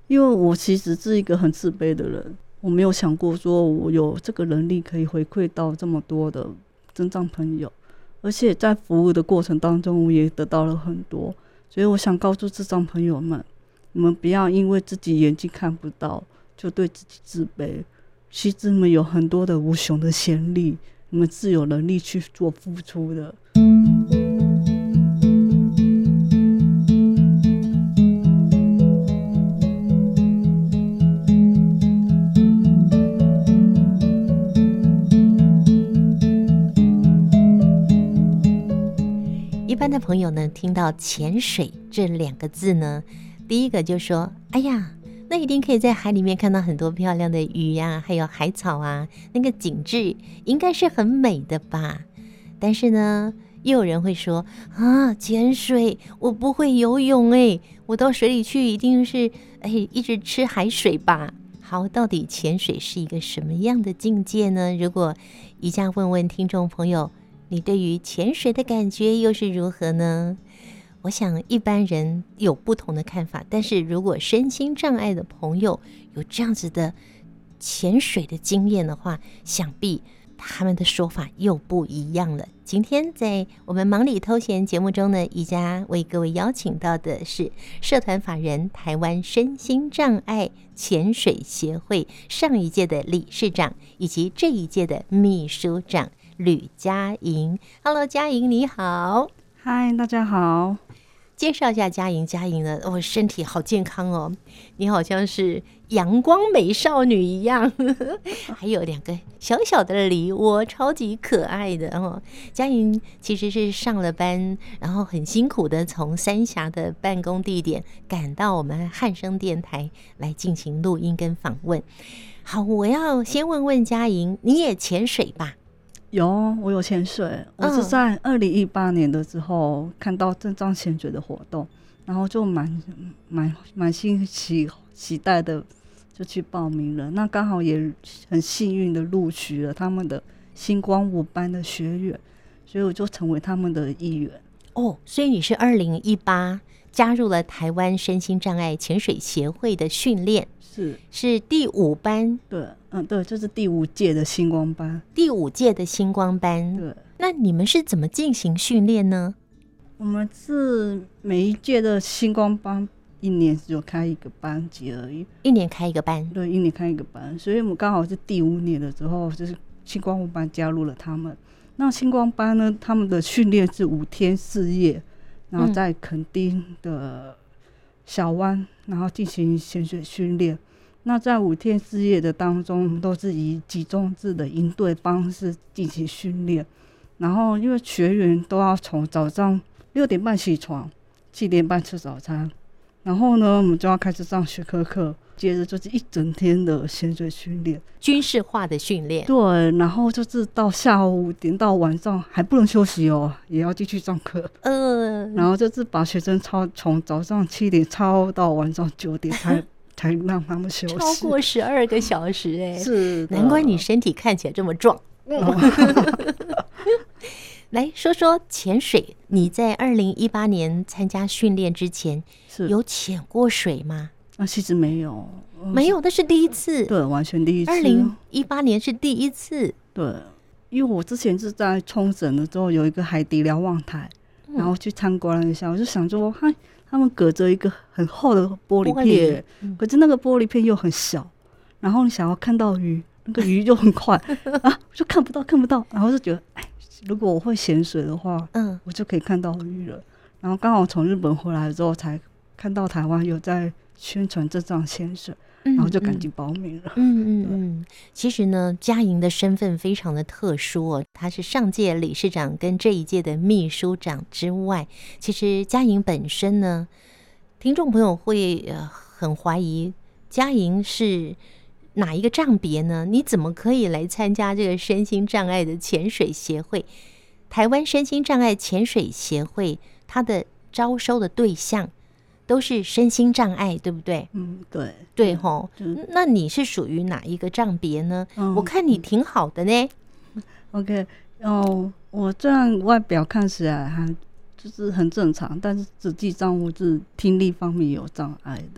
因为我其实是一个很自卑的人，我没有想过说我有这个能力可以回馈到这么多的身障朋友，而且在服务的过程当中我也得到了很多，所以我想告诉视障朋友们，你们不要因为自己眼睛看不到就对自己自卑，其实你们有很多的无穷的潜力，你们是有能力去做付出的。 一般的朋友呢，听到潜水这2个字呢，第一个就说：哎呀，那一定可以在海里面看到很多漂亮的鱼呀，还有海草啊，那个景致应该是很美的吧。但是呢，又有人会说啊，潜水我不会游泳我到水里去一定是一直吃海水吧。好，到底潜水是一个什么样的境界呢？如果宜家问问听众朋友，你对于潜水的感觉又是如何呢？我想一般人有不同的看法，但是如果身心障碍的朋友有这样子的潜水的经验的话，想必他们的说法又不一样了。今天在我们忙里偷闲节目中呢，宜家为各位邀请到的是社团法人台湾身心障碍潜水协会上一届的理事长，以及这一届的秘书长吕佳莹。 Hello， 佳莹你好。 嗨，大家好。 介绍一下佳莹。佳莹呢，身体好健康哦，你好像是阳光美少女一样还有2个小小的梨窝，超级可爱的哦。佳莹其实是上了班，然后很辛苦的从三峡的办公地点赶到我们汉声电台来进行录音跟访问。好，我要先问问佳莹，你也潜水吧？ 有，我有潜水。我是在2018年的时候看到正障潜水的活动，然后就满心期待的就去报名了。那刚好也很幸运的录取了他们的星光5班的学员，所以我就成为他们的一员。 哦，所以你是2018加入了台湾身心障碍潜水协会的训练，是第5班？ 对，对，就是第5届的星光班。 第5届的星光班。 对。 那你们是怎么进行训练呢？ 我们是每一届的星光班1年只有开1个班级而已。 1年开1个班？ 对，1年开1个班，所以我们刚好是第5年的时候，就是星光5班加入了他们。那星光班呢，他们的训练是5天4夜，然后在垦丁的小湾，然后进行潜水训练。那在5天4夜的当中，都是以集中制的营队方式进行训练。然后因为学员都要从早上6点半起床，7点半吃早餐，然后呢我们就要开始上学科课，接着就是一整天的潜水训练， 军事化的训练。 对，然后就是到下午5点到晚上还不能休息哦，也要继续上课。然后就是把学生从早上7点操到晚上9点才让他们休息， 超过12个小时是的， 难怪你身体看起来这么壮。来说说潜水，你在2018年参加训练之前有潜过水吗？ 其实没有， 没有，那是第一次。 对，完全第一次。 2018年是第一次。 对，因为我之前是在冲绳的时候有一个海底瞭望台，然后去参观了一下，我就想说他们隔着一个很厚的玻璃片，可是那个玻璃片又很小，然后你想要看到鱼，那个鱼就很快啊，就看不到，然后就觉得如果我会潜水的话，我就可以看到鱼了。然后刚好从日本回来之后，才看到台湾有在宣传这项潜水，然后就赶紧报名了。 其实呢，佳莹的身份非常的特殊哦，她是上届理事长跟这一届的秘书长之外，其实佳莹本身呢，听众朋友会很怀疑佳莹是哪一个障别呢？你怎么可以来参加这个身心障碍的潜水协会？台湾身心障碍潜水协会，它的招收的对象都是身心障碍，对不对？对吼。那你是属于哪一个障别呢？我看你挺好的呢。 OK， 我这样外表看起来还就是很正常，但是实际上我是听力方面有障碍的。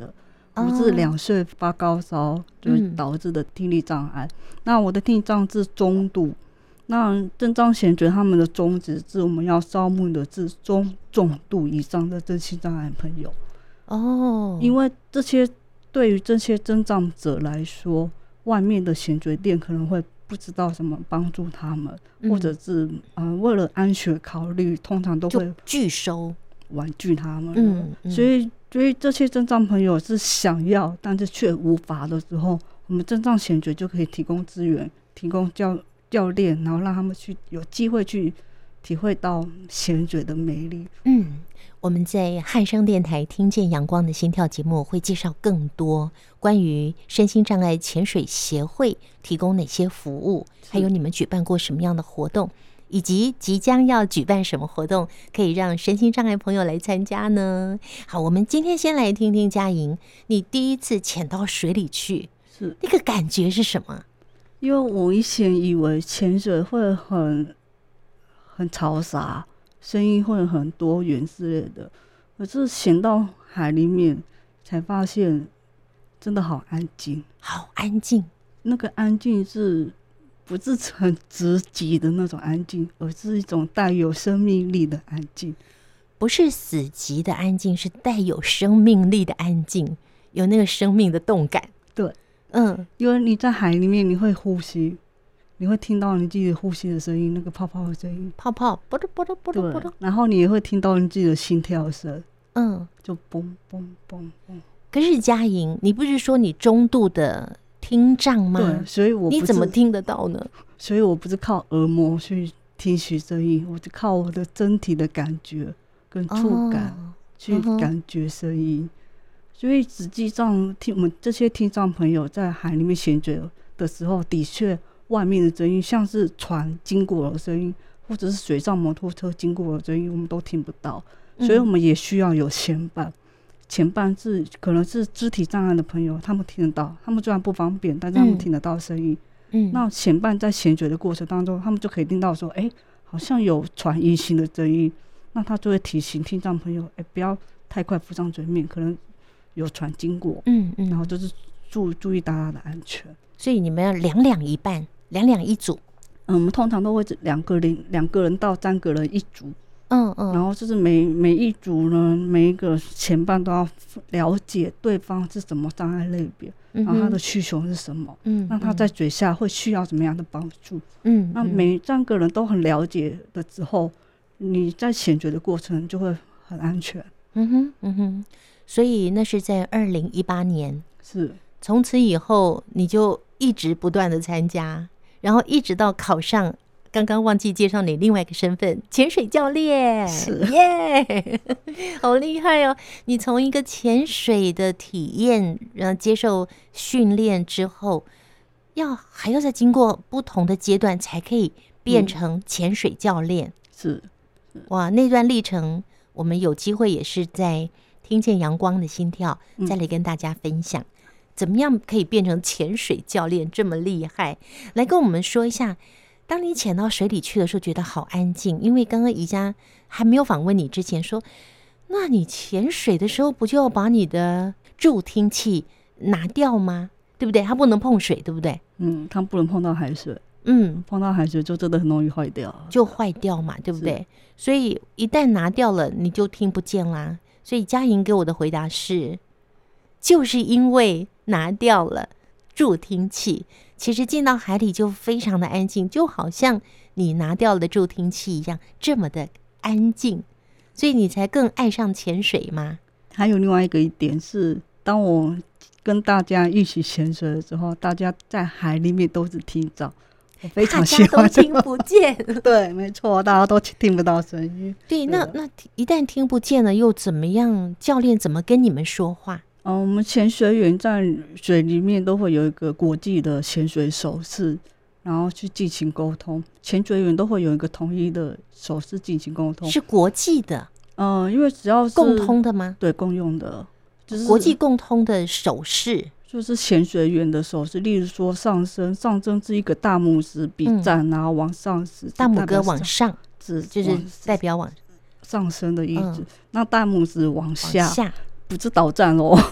我是2岁发高烧，就导致的听力障碍。那我的听力障碍是中度。那正张贤觉他们的宗旨是我们要招募的是中重度以上的身心障碍朋友。因为对于这些身障者来说，外面的显觉店可能会不知道怎么帮助他们，或者是为了安全考虑，通常都会拒收婉拒他们。所以这些身障朋友是想要，但是却无法的时候，我们身障显觉就可以提供资源，提供教练，然后让他们去有机会去体会到显觉的魅力。 我们在汉声电台听见阳光的心跳节目会介绍更多关于身心障碍潜水协会提供哪些服务，还有你们举办过什么样的活动，以及即将要举办什么活动可以让身心障碍朋友来参加呢？好，我们今天先来听听佳莹，你第一次潜到水里去，是那个感觉是什么？ 因为我以前以为潜水会很嘈杂，声音会很多元之类的，可是潜到海里面才发现真的好安静， 好安静。 那个安静不是很直击的那种安静，而是一种带有生命力的安静。 不是死寂的安静，是带有生命力的安静，有那个生命的动感。 对，因为你在海里面你会呼吸，你会听到你自己的呼吸的声音，那个泡泡的声音， 泡泡啵啵啵啵啵啵啵， 然后你也会听到你自己的心跳声，就嘣嘣嘣嘣。 可是佳莹，你不是说你中度的听障吗？ 对，所以你怎么听得到呢？ 所以我不是靠耳膜去听取声音，我就靠我的身体的感觉跟触感去感觉声音。所以实际上我们这些听障朋友在海里面潜水的时候，的确外面的声音，像是船经过的声音，或者是水上摩托车经过的声音，我们都听不到。所以我们也需要有前伴。前伴可能是肢体障碍的朋友，他们听得到，他们虽然不方便，但是他们听得到声音。那前伴在潜水的过程当中，他们就可以听到说，好像有船移行的声音，那他就会提醒听障朋友，不要太快浮上水面，可能有船经过。然后就是注意大家的安全。 所以你们要2一半，2一组。 我们通常都会2个人到3个人一组。然后就是每一组呢，每一个前伴都要了解对方是什么障碍类别，然后他的需求是什么，那他在水下会需要什么样的帮助。那每3个人都很了解的之后，你在潜水的过程就会很安全。 所以那是在2018年， 是从此以后你就一直不断的参加，然后一直到考上。刚刚忘记介绍你另外一个身份，潜水教练。 是耶，好厉害哦！你从一个潜水的体验，然后接受训练之后，还要再经过不同的阶段，才可以变成潜水教练。 是哇，那段历程，我们有机会也是在听见阳光的心跳，再来跟大家分享，怎么样可以变成潜水教练这么厉害？来跟我们说一下。当你潜到水里去的时候，觉得好安静，因为刚刚宜家还没有访问你之前说，那你潜水的时候不就要把你的助听器拿掉吗？对不对？它不能碰水，对不对？ 它不能碰到海水。碰到海水就真的很容易坏掉， 就坏掉嘛，对不对？所以一旦拿掉了，你就听不见啦。所以佳莹给我的回答是，就是因为拿掉了助听器。其实进到海里就非常的安静，就好像你拿掉了助听器一样，这么的安静，所以你才更爱上潜水吗？ 还有另外一个点是，当我跟大家一起潜水的时候，大家在海里面都是听障，我非常喜欢。 大家都听不见。 对，没错，大家都听不到声音。 对，那一旦听不见了，又怎么样？教练怎么跟你们说话？ 我们潜水员在水里面都会有一个国际的潜水手势，然后去进行沟通。潜水员都会有一个统一的手势进行沟通， 是国际的。 因为只要是共通的吗？ 对，共用的，就是国际共通的手势， 就是潜水员的手势。例如说上升是一个大拇指比赞，然后往上是大拇哥往上，就是代表往上升的意思。那大拇指往下。不是倒站哦，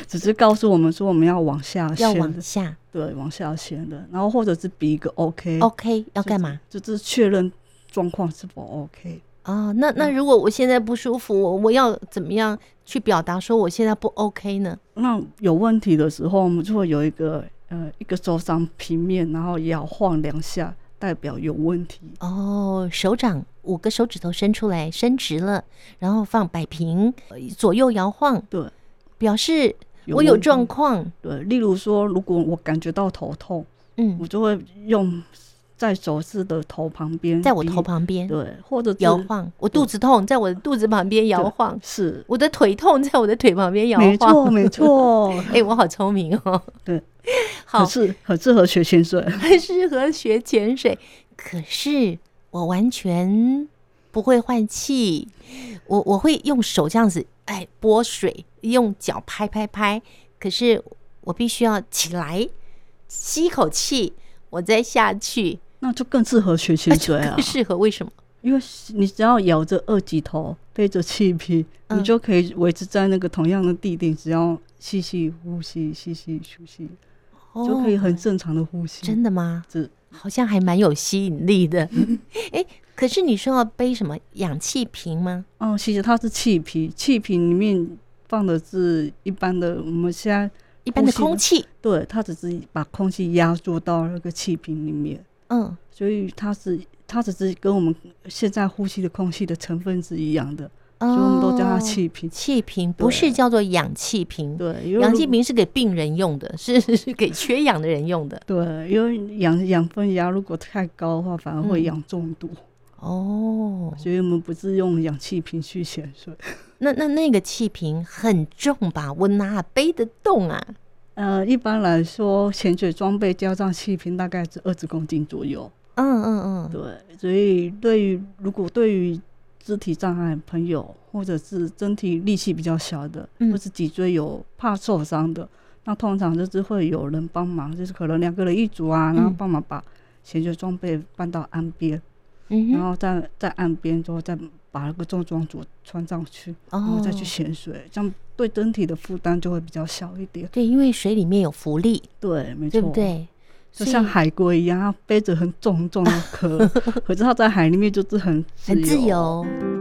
只是告诉我们说我们要往下要陷往下对，往下陷的，然后或者是比一个 OK， 要干嘛？ 就是确认状况是否 OK。 哦，那如果我现在不舒服，我要怎么样去表达说我现在不 OK 呢？ 那有问题的时候，我们就会有一个手掌平面，然后摇晃2下，代表有问题。 哦，手掌5个手指头伸出来，伸直了，然后摆平，左右摇晃， 对， 表示我有状况。 对，例如说，如果我感觉到头痛，我就会用在手势的头旁边， 在我头旁边， 对，或者摇晃。我肚子痛，在我的肚子旁边摇晃。 是， 我的腿痛，在我的腿旁边摇晃。 没错，没错。 我好聪明哦。 对， 好， 很适合学潜水， 很适合学潜水。可是我完全不会换气，我会用手这样子，拨水，用脚拍拍拍。可是我必须要起来，吸一口气，我再下去。 那就更适合学潜水啊！ 更适合，为什么？ 因为你只要摇着2级头，背着气瓶，你就可以维持在那个同样的地点，只要细细呼吸，细细呼吸，就可以很正常的呼吸。 真的吗？ 是， 好像还蛮有吸引力的。可是你说要背什么氧气瓶吗？ 其实它是气瓶，气瓶里面放的是一般的，我们现在一般的空气。 对，它只是把空气压缩到那个气瓶里面。所以它只是跟我们现在呼吸的空气的成分是一样的，所以我们都叫它气瓶。 气瓶不是叫做氧气瓶， 对， 氧气瓶是给病人用的，是给缺氧的人用的。 对，因为氧分压如果太高的话，反而会氧中毒。所以我们不是用氧气瓶去潜水。 那个气瓶很重吧？我哪背得动啊？ 一般来说，潜水装备加上气瓶大概是20公斤左右。对，所以如果对于肢体障碍朋友，或者是身体力气比较小的，或是脊椎有怕受伤的，那通常就是会有人帮忙，就是可能2个人一组啊，然后帮忙把潜水装备搬到岸边，然后在岸边之后再把那个重装组穿上去，然后再去潜水，这样对身体的负担就会比较小一点。 对，因为水里面有浮力。 对，没错， 对不对？ 就像海龟一样，它背着很重的壳，可是它在海里面就是很自由。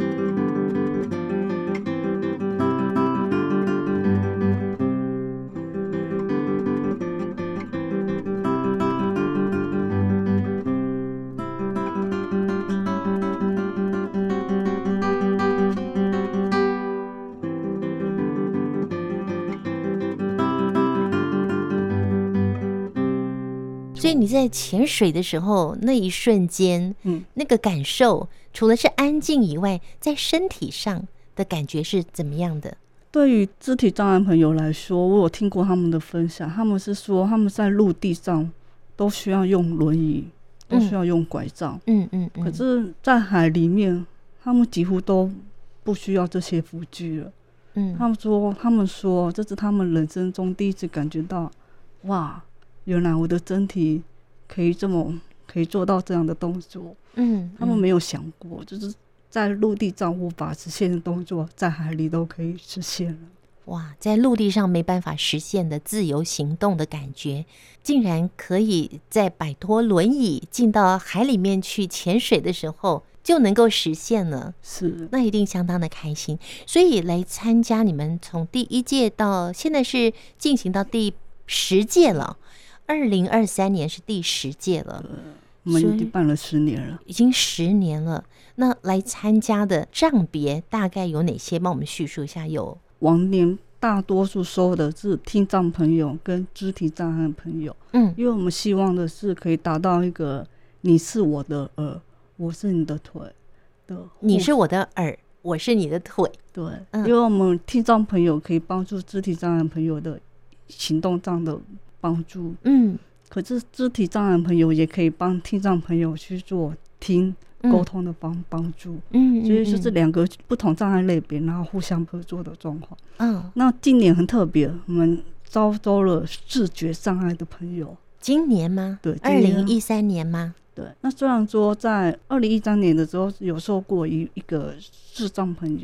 所以你在潜水的时候那一瞬间，那个感受除了是安静以外，在身体上的感觉是怎么样的？ 对于肢体障碍朋友来说，我有听过他们的分享，他们是说他们在陆地上都需要用轮椅，都需要用拐杖，可是在海里面他们几乎都不需要这些辅具了。他们说这是他们人生中第一次感觉到，哇，原来我的身体可以做到这样的动作。他们没有想过，就是在陆地上无法实现的动作，在海里都可以实现了。 哇，在陆地上没办法实现的自由行动的感觉，竟然可以在摆脱轮椅进到海里面去潜水的时候就能够实现了。 是， 那一定相当的开心。所以来参加你们从第1届到现在是进行到第10届了，2023年是第10届了。 我们已经办了10年了， 已经10年了。那来参加的障别大概有哪些？帮我们叙述一下。有往年大多数收的是听障朋友跟肢体障碍朋友，因为我们希望的是可以达到一个你是我的耳，我是你的腿的， 你是我的耳，我是你的腿。 对，因为我们听障朋友可以帮助肢体障碍朋友的行动上的帮助，可是肢体障碍朋友也可以帮听障朋友去做听沟通的帮助，所以就是2个不同障碍类别，然后互相合作的状况。那今年很特别，我们招收了视觉障碍的朋友。 今年吗？ 对 ，2013年吗？ 对。那虽然说在2013年的时候有收过一个视障朋友，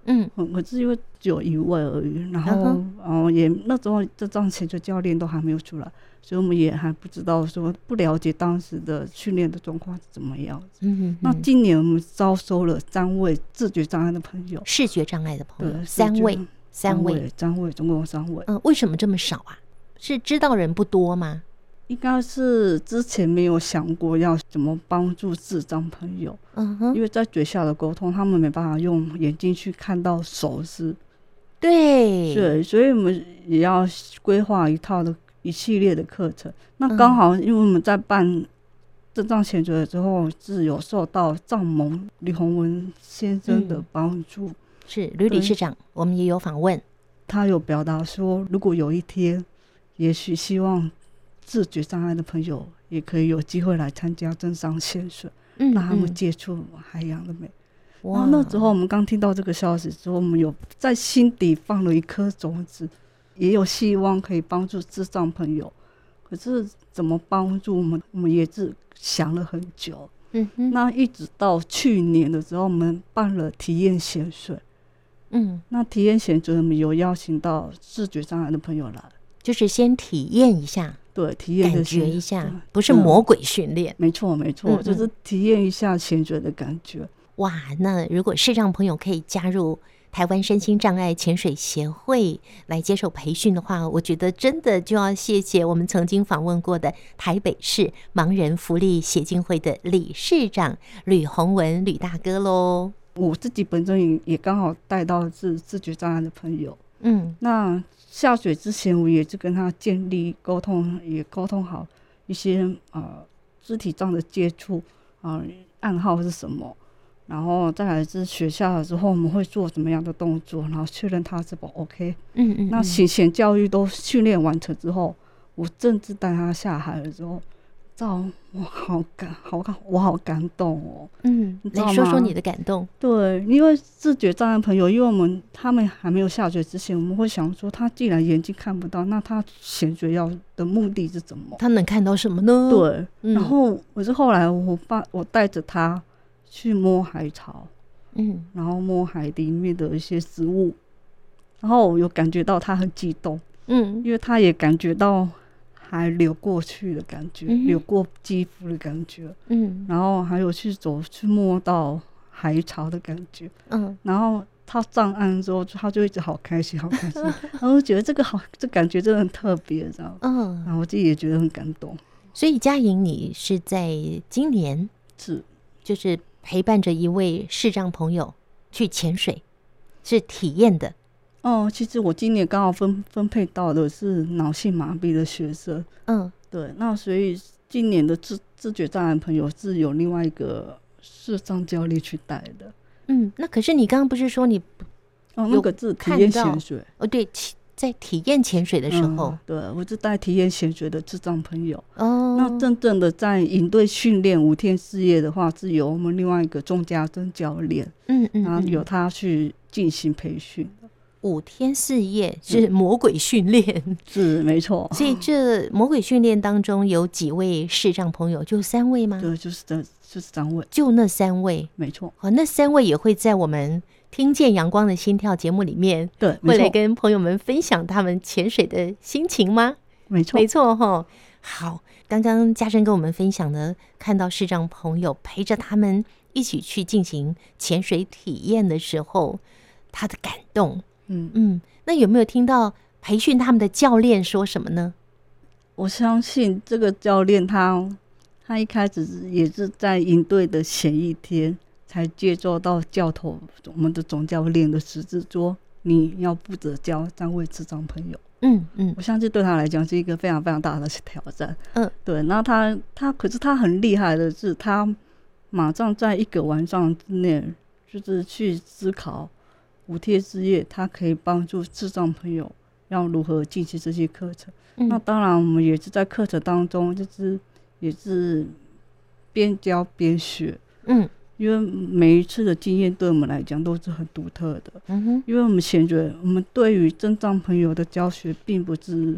可是因为只有一位而已，然后也那时候这张潜水教练都还没有出来，所以我们也还不知道说不了解当时的训练的状况是怎么样子。那今年我们招收了3位视觉障碍的朋友， 视觉障碍的朋友 3 位， 总共有3位。 为什么这么少啊？是知道人不多吗？ 应该是之前没有想过要怎么帮助视障朋友，因为在嘴下的沟通，他们没办法用眼睛去看到手势，对，所以我们也要规划一系列的课程。那刚好因为我们在办视障潜水的时候，是有受到藏盟吕洪文先生的帮助， 是吕理事长，我们也有访问， 他有表达说，如果有一天，也许希望视觉障碍的朋友也可以有机会来参加正上潜水，让他们接触海洋的美。然后那时候我们刚听到这个消息之后，我们有在心底放了一颗种子，也有希望可以帮助视障朋友。可是怎么帮助我们也是想了很久。那一直到去年的时候，我们办了体验潜水。那体验潜水我们有邀请到视觉障碍的朋友来， 就是先体验一下， 对，体验感觉一下，不是魔鬼训练。 没错，就是体验一下潜水的感觉。 哇，那如果视障朋友可以加入台湾身心障碍潜水协会来接受培训的话，我觉得真的就要谢谢我们曾经访问过的台北市盲人福利协进会的理事长吕洪文吕大哥咯。 我自己本身也刚好带到是视觉障碍的朋友，那下水之前我也是跟他建立沟通，也沟通好一些肢体上的接触暗号是什么，然后再来是学下了之后我们会做什么样的动作，然后确认他是否 OK。那潜教育都训练完成之后，我正式带他下海的时候，我好感动哦。 来说说你的感动。 对，因为视觉障碍朋友，因为他们还没有下水之前，我们会想说，他既然眼睛看不到，那他潜水的目的是什么？ 他能看到什么呢？ 对，然后我是后来我带着他去摸海草，然后摸海里面的一些食物，然后我有感觉到他很激动，因为他也感觉到海流过去的感觉，流过肌肤的感觉，然后还有去摸到海草的感觉，然后他上岸之后，他就一直好开心，然后我觉得这感觉真的很特别，知道吗？然后我自己也觉得很感动。 所以嘉莹，你是在今年就是陪伴着一位视障朋友去潜水，是体验的。 其实我今年刚好分配到的是脑性麻痹的学生，对，那所以今年的自觉障碍朋友是有另外一个视障教练去带的。 那可是你刚刚不是说你那个是体验潜水？ 对，在体验潜水的时候， 对，我是带体验潜水的智障朋友。那真正的在营队训练5天4夜的话，是由我们另外一个钟家珍教练，然后由他去进行培训。 5天4夜是魔鬼训练， 是没错。 所以这魔鬼训练当中有几位视障朋友？就3位吗？ 对，就是3位， 就那3位， 没错。 那3位也会在我们听见阳光的心跳节目里面， 对， 会来跟朋友们分享他们潜水的心情吗？ 没错， 没错哈。好，刚刚嘉珍跟我们分享的，看到视障朋友陪着他们一起去进行潜水体验的时候，他的感动。那有没有听到培训他们的教练说什么呢？ 我相信这个教练他一开始也是在营队的前一天才接受到教头我们的总教练的指示，说你要负责教3位智障朋友。我相信对他来讲是一个非常非常大的挑战。对，然后可是他很厉害的是，他马上在1个晚上之内，就是去思考5天4夜，他可以帮助智障朋友要如何进行这些课程。那当然，我们也是在课程当中，就是也是边教边学。因为每一次的经验对我们来讲都是很独特的。因为我们显觉我们对于身障朋友的教学并不是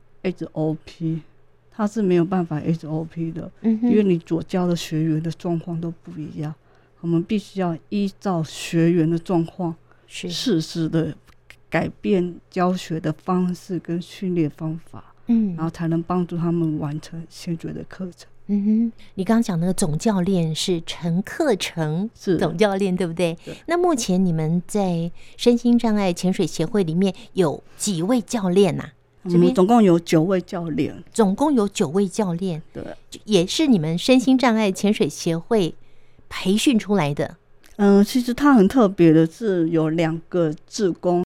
SOP， 他是没有办法 SOP 的。因为你所教的学员的状况都不一样，我们必须要依照学员的状况适时的改变教学的方式跟训练方法，然后才能帮助他们完成潜水的课程。 你刚刚讲那个总教练是陈克成总教练，对不对？那目前你们在身心障碍潜水协会里面有几位教练啊？ 我们总共有9位教练。 总共有9位教练， 对， 也是你们身心障碍潜水协会培训出来的。 其实它很特别的是有2个志工，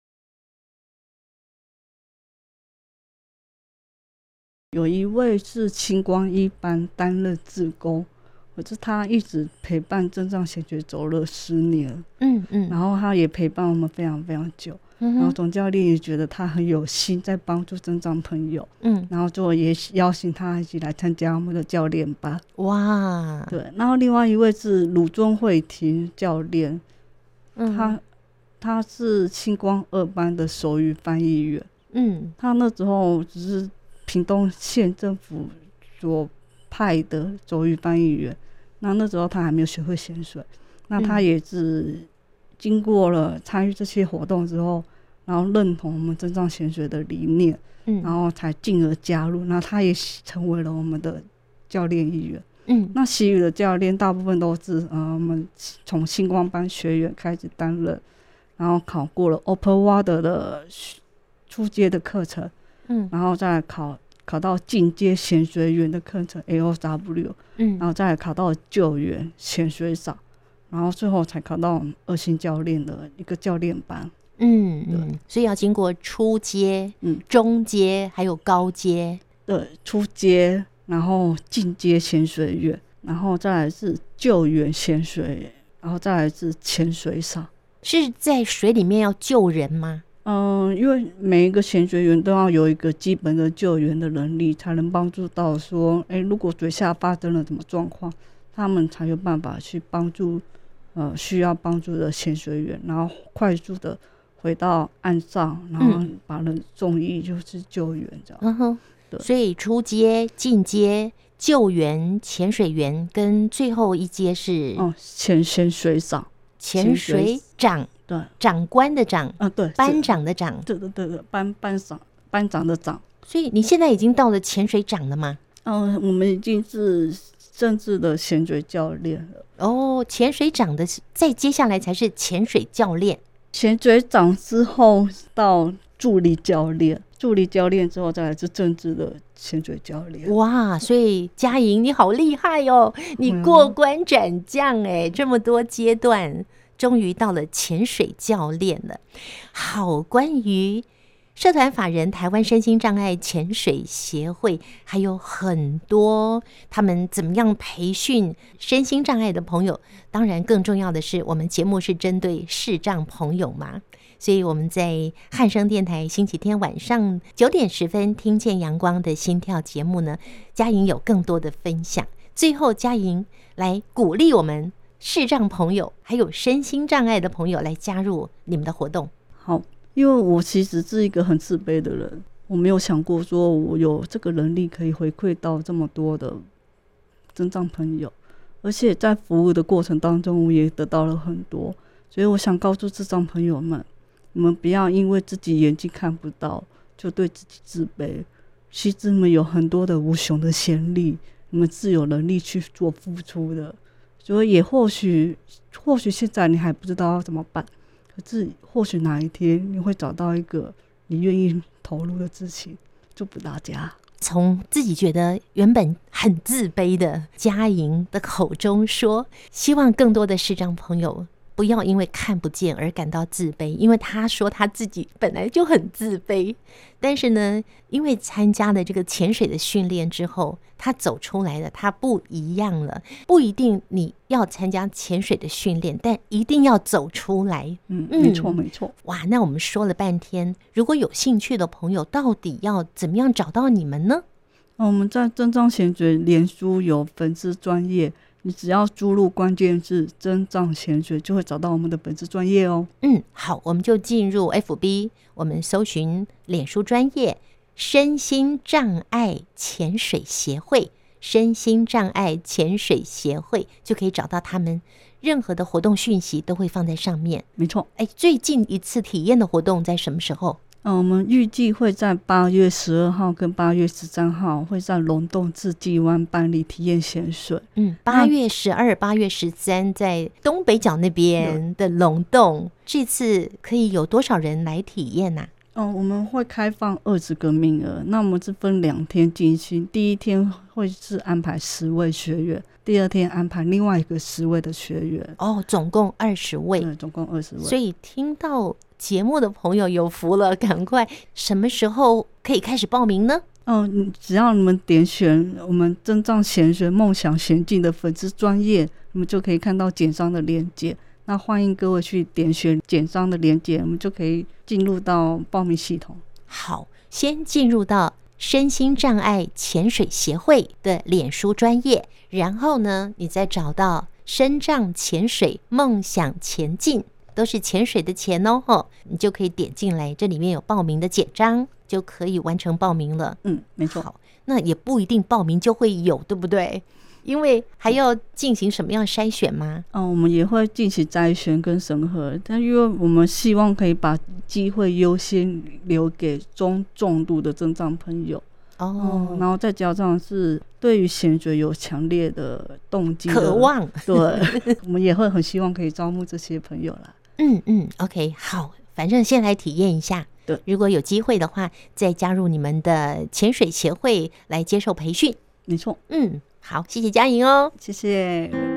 有一位是青光一班担任志工，可是他一直陪伴正障潜水走了10年，然后他也陪伴我们非常非常久，然后总教练也觉得他很有心在帮助正障朋友，然后就也邀请他一起来参加我们的教练班。 哇， 对，然后另外一位是鲁尊慧婷教练，他是青光2班的手语翻译员，他那时候只是屏东县政府所派的手语翻译员，那时候他还没有学会潜水，那他也是经过了参与这些活动之后，然后认同我们正障潜水的理念，然后才进而加入，那他也成为了我们的教练一员。那其余的教练大部分都是我们从星光班学员开始担任，然后考过了 Open Water 的初阶的课程，然后再来考到进阶潜水员的课程 AOW，然后再来考到救援潜水长，然后最后才考到2星教练的一个教练班。 所以要经过初阶、中阶还有高阶。 对，初阶，然后进阶潜水员，然后再来是救援潜水员，然后再来是潜水长。 是在水里面要救人吗？ 因为每一个潜水员都要有一个基本的救援的能力，才能帮助到说，如果水下发生了什么状况，他们才有办法去帮助需要帮助的潜水员，然后快速的回到岸上，然后把人送医，就是救援这样。 所以初阶、进阶、救援、潜水员跟最后一阶是潜水长。 潜水长，对，长官的长， 对， 班长的长， 对，班长的长。 所以你现在已经到了潜水长了吗？ 我们已经是正式的潜水教练了。 潜水长的，再接下来才是潜水教练。 潜水长之后到助理教练，助理教练之后再来是正式的潜水教练。 哇，所以佳莹你好厉害哦，你过关斩将这么多阶段，终于到了潜水教练了。好，关于社团法人台湾身心障碍潜水协会还有很多他们怎么样培训身心障碍的朋友，当然更重要的是我们节目是针对视障朋友嘛，所以我们在汉声电台星期天晚上9点10分听见阳光的心跳节目呢，佳莹有更多的分享。最后佳莹来鼓励我们视障朋友还有身心障碍的朋友来加入你们的活动。 好，因为我其实是一个很自卑的人，我没有想过说我有这个能力可以回馈到这么多的身障朋友，而且在服务的过程当中我也得到了很多，所以我想告诉视障朋友们，你们不要因为自己眼睛看不到就对自己自卑，其实你们有很多的无穷的潜力，你们是有能力去做付出的。所以也或许现在你还不知道要怎么办，可是或许哪一天你会找到一个你愿意投入的事情。祝福大家。 从自己觉得原本很自卑的佳莹的口中说，希望更多的视障朋友不要因为看不见而感到自卑，因为他说他自己本来就很自卑，但是呢，因为参加了这个潜水的训练之后，他走出来了，他不一样了。不一定你要参加潜水的训练，但一定要走出来。 没错没错。 哇，那我们说了半天，如果有兴趣的朋友，到底要怎么样找到你们呢？ 我们在真障潜水脸书有粉丝专页，你只要输入关键字真障潜水就会找到我们的粉丝专页哦。 好，我们就进入 FB， 我们搜寻脸书专页身心障碍潜水协会，身心障碍潜水协会就可以找到他们。 任何的活动讯息都会放在上面。 没错。 最近一次体验的活动在什么时候？ 我们预计会在8月12号跟8月13号会在龙洞志济湾办理体验潜水。 8月12、8月13在东北角那边的龙洞，这次可以有多少人来体验啊？ 我们会开放20个名额，那我们是分2天进行。第一天会是安排10位学员，第二天安排另外一个10位的学员。 总共20位。 对，总共20位。 所以听到节目的朋友有福了，赶快，什么时候可以开始报名呢？ 只要你们点选我们真藏潜水梦想前进的粉丝专页，你们就可以看到简章的连结。那欢迎各位去点选简章的连结，我们就可以进入到报名系统。 好，先进入到身心障碍潜水协会的脸书专页，然后呢，你再找到身障潜水梦想前进，都是潜水的潜哦，你就可以点进来，这里面有报名的简章，就可以完成报名了。 没错。 好，那也不一定报名就会有，对不对？因为还要进行什么样筛选吗？ 我们也会进行筛选跟审核，但因为我们希望可以把机会优先留给中重度的身障朋友。然后再加上是对于潜水有强烈的动机的渴望， 对，我们也会很希望可以招募这些朋友啦。 OK， 好，反正先来体验一下。 对， 如果有机会的话，再加入你们的潜水协会来接受培训。 没错。 好，谢谢佳莹哦， 谢谢。